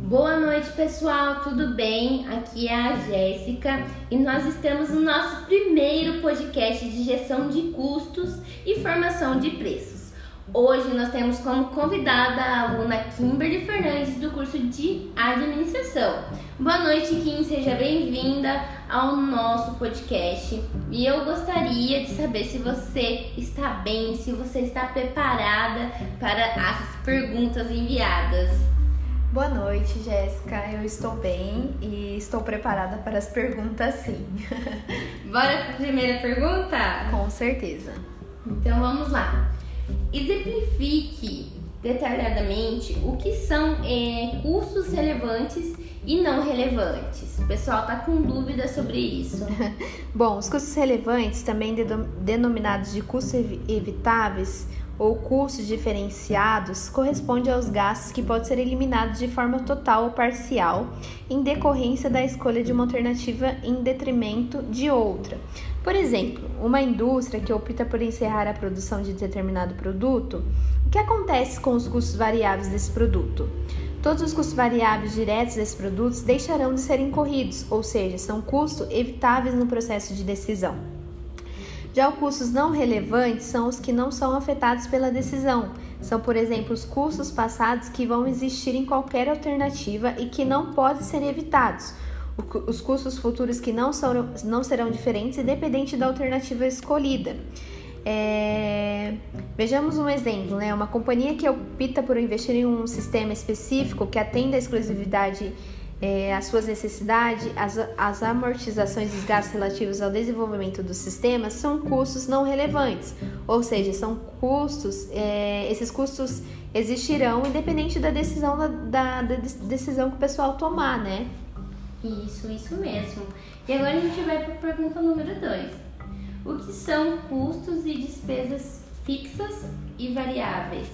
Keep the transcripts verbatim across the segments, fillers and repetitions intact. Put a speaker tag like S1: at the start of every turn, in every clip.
S1: Boa noite, pessoal, tudo bem? Aqui é a Jéssica e nós estamos no nosso primeiro podcast de gestão de custos e formação de preços. Hoje nós temos como convidada a aluna Kimberly Fernandes do curso de administração. Boa noite, Kim, seja bem-vinda ao nosso podcast. E eu gostaria de saber se você está bem, se você está preparada para as perguntas enviadas.
S2: Boa noite, Jéssica. Eu estou bem e estou preparada para as perguntas, sim.
S1: Bora para a primeira pergunta?
S2: Com certeza.
S1: Então vamos lá. Exemplifique detalhadamente o que são é, custos relevantes e não relevantes. O pessoal está com dúvida sobre isso.
S2: Bom, os custos relevantes, também denominados de custos evitáveis ou custos diferenciados, corresponde aos gastos que podem ser eliminados de forma total ou parcial em decorrência da escolha de uma alternativa em detrimento de outra. Por exemplo, uma indústria que opta por encerrar a produção de determinado produto, o que acontece com os custos variáveis desse produto? Todos os custos variáveis diretos desses produtos deixarão de ser incorridos, ou seja, são custos evitáveis no processo de decisão. Já os custos não relevantes são os que não são afetados pela decisão. São, por exemplo, os custos passados que vão existir em qualquer alternativa e que não podem ser evitados. Os custos futuros que não, são, não serão diferentes, independente da alternativa escolhida. É... Vejamos um exemplo, né? Uma companhia que opta por investir em um sistema específico que atenda à exclusividade É, as suas necessidades, as, as amortizações dos gastos relativos ao desenvolvimento do sistema são custos não relevantes, ou seja, são custos, é, esses custos existirão independente da decisão, da, da, da decisão que o pessoal tomar, né?
S1: Isso, isso mesmo. E agora a gente vai para a pergunta número dois. O que são custos e despesas fixas e variáveis?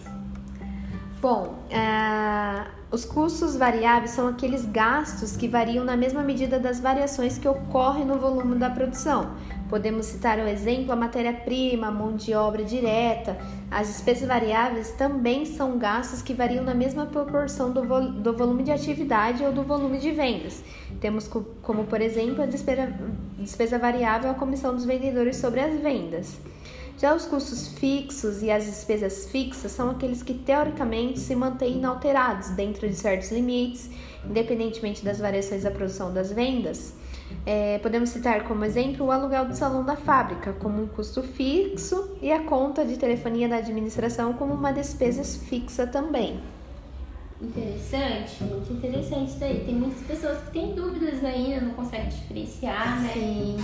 S2: Bom, uh, os custos variáveis são aqueles gastos que variam na mesma medida das variações que ocorrem no volume da produção. Podemos citar o exemplo, a matéria-prima, a mão de obra direta. As despesas variáveis também são gastos que variam na mesma proporção do, vo- do volume de atividade ou do volume de vendas. Temos co- como, por exemplo, a despesa, despesa variável, a comissão dos vendedores sobre as vendas. Já os custos fixos e as despesas fixas são aqueles que teoricamente se mantêm inalterados dentro de certos limites, independentemente das variações da produção das vendas. É, podemos citar como exemplo o aluguel do salão da fábrica como um custo fixo e a conta de telefonia da administração como uma despesa fixa também.
S1: Interessante, muito interessante isso daí. Tem muitas pessoas que têm dúvidas ainda, não conseguem diferenciar, né?
S2: Sim.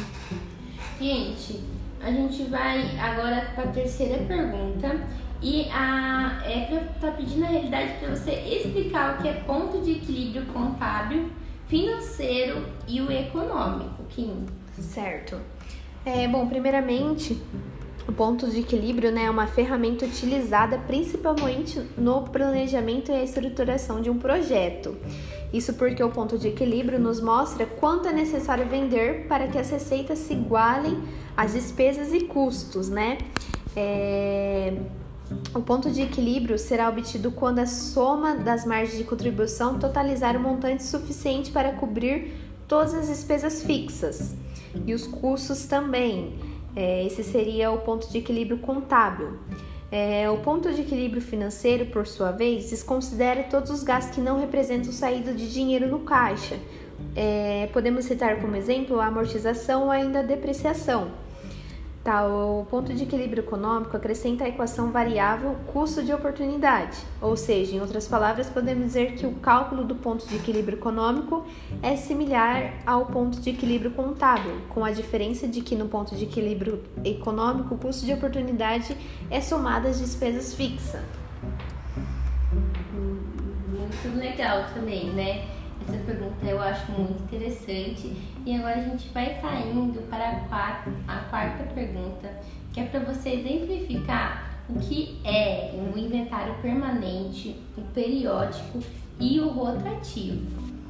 S1: Gente, a gente vai agora para a terceira pergunta e a é para tá pedindo na realidade para você explicar o que é ponto de equilíbrio contábil, financeiro e o econômico, Kim.
S2: Certo. É, bom, primeiramente, o ponto de equilíbrio, né, é uma ferramenta utilizada principalmente no planejamento e a estruturação de um projeto. Isso porque o ponto de equilíbrio nos mostra quanto é necessário vender para que as receitas se igualem às despesas e custos, né? É... O ponto de equilíbrio será obtido quando a soma das margens de contribuição totalizar um montante suficiente para cobrir todas as despesas fixas e os custos também. É, esse seria o ponto de equilíbrio contábil. É, o ponto de equilíbrio financeiro, por sua vez, desconsidera todos os gastos que não representam saída de dinheiro no caixa. É, podemos citar como exemplo a amortização ou ainda a depreciação. Tá, o ponto de equilíbrio econômico acrescenta a equação variável custo de oportunidade, ou seja, em outras palavras, podemos dizer que o cálculo do ponto de equilíbrio econômico é similar ao ponto de equilíbrio contábil, com a diferença de que no ponto de equilíbrio econômico o custo de oportunidade é somado às despesas fixas.
S1: Muito legal também, né? Essa pergunta eu acho muito interessante. E agora a gente vai estar indo para a quarta, a quarta pergunta, que é para você exemplificar o que é o inventário permanente, o periódico e o rotativo.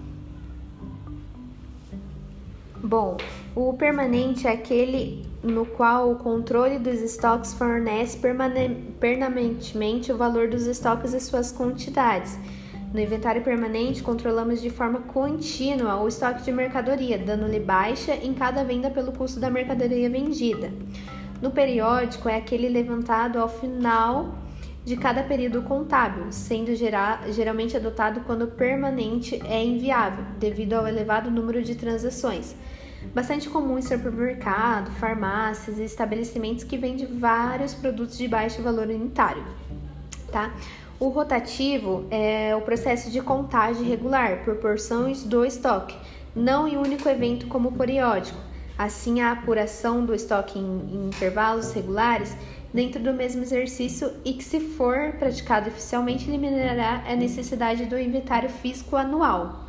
S2: Bom, o permanente é aquele no qual o controle dos estoques fornece permanentemente o valor dos estoques e suas quantidades. No inventário permanente, controlamos de forma contínua o estoque de mercadoria, dando-lhe baixa em cada venda pelo custo da mercadoria vendida. No periódico, é aquele levantado ao final de cada período contábil, sendo geral, geralmente adotado quando o permanente é inviável, devido ao elevado número de transações. Bastante comum em supermercado, farmácias e estabelecimentos que vendem vários produtos de baixo valor unitário, tá? O rotativo é o processo de contagem regular por porções do estoque, não em um único evento como o periódico. Assim, a apuração do estoque em, em intervalos regulares dentro do mesmo exercício e que, se for praticado oficialmente, eliminará a necessidade do inventário físico anual.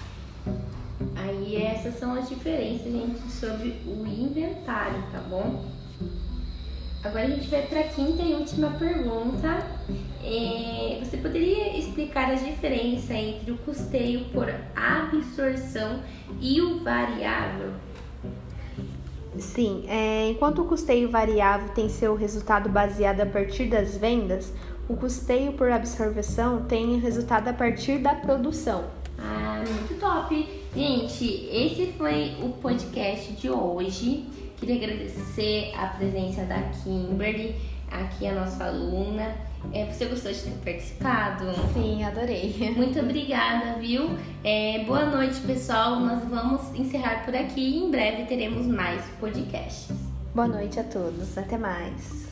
S1: Aí essas são as diferenças, gente, sobre o inventário, tá bom? Agora a gente vai para a quinta e última pergunta. É, você poderia explicar a diferença entre o custeio por absorção e o variável?
S2: Sim, é, enquanto o custeio variável tem seu resultado baseado a partir das vendas, o custeio por absorção tem resultado a partir da produção.
S1: Ah, muito top! Gente, esse foi o podcast de hoje. Queria agradecer a presença da Kimberly, aqui a nossa aluna. É, você gostou de ter participado?
S2: Sim, adorei.
S1: Muito obrigada, viu? É, boa noite, pessoal. Nós vamos encerrar por aqui e em breve teremos mais podcasts.
S2: Boa noite a todos. Até mais.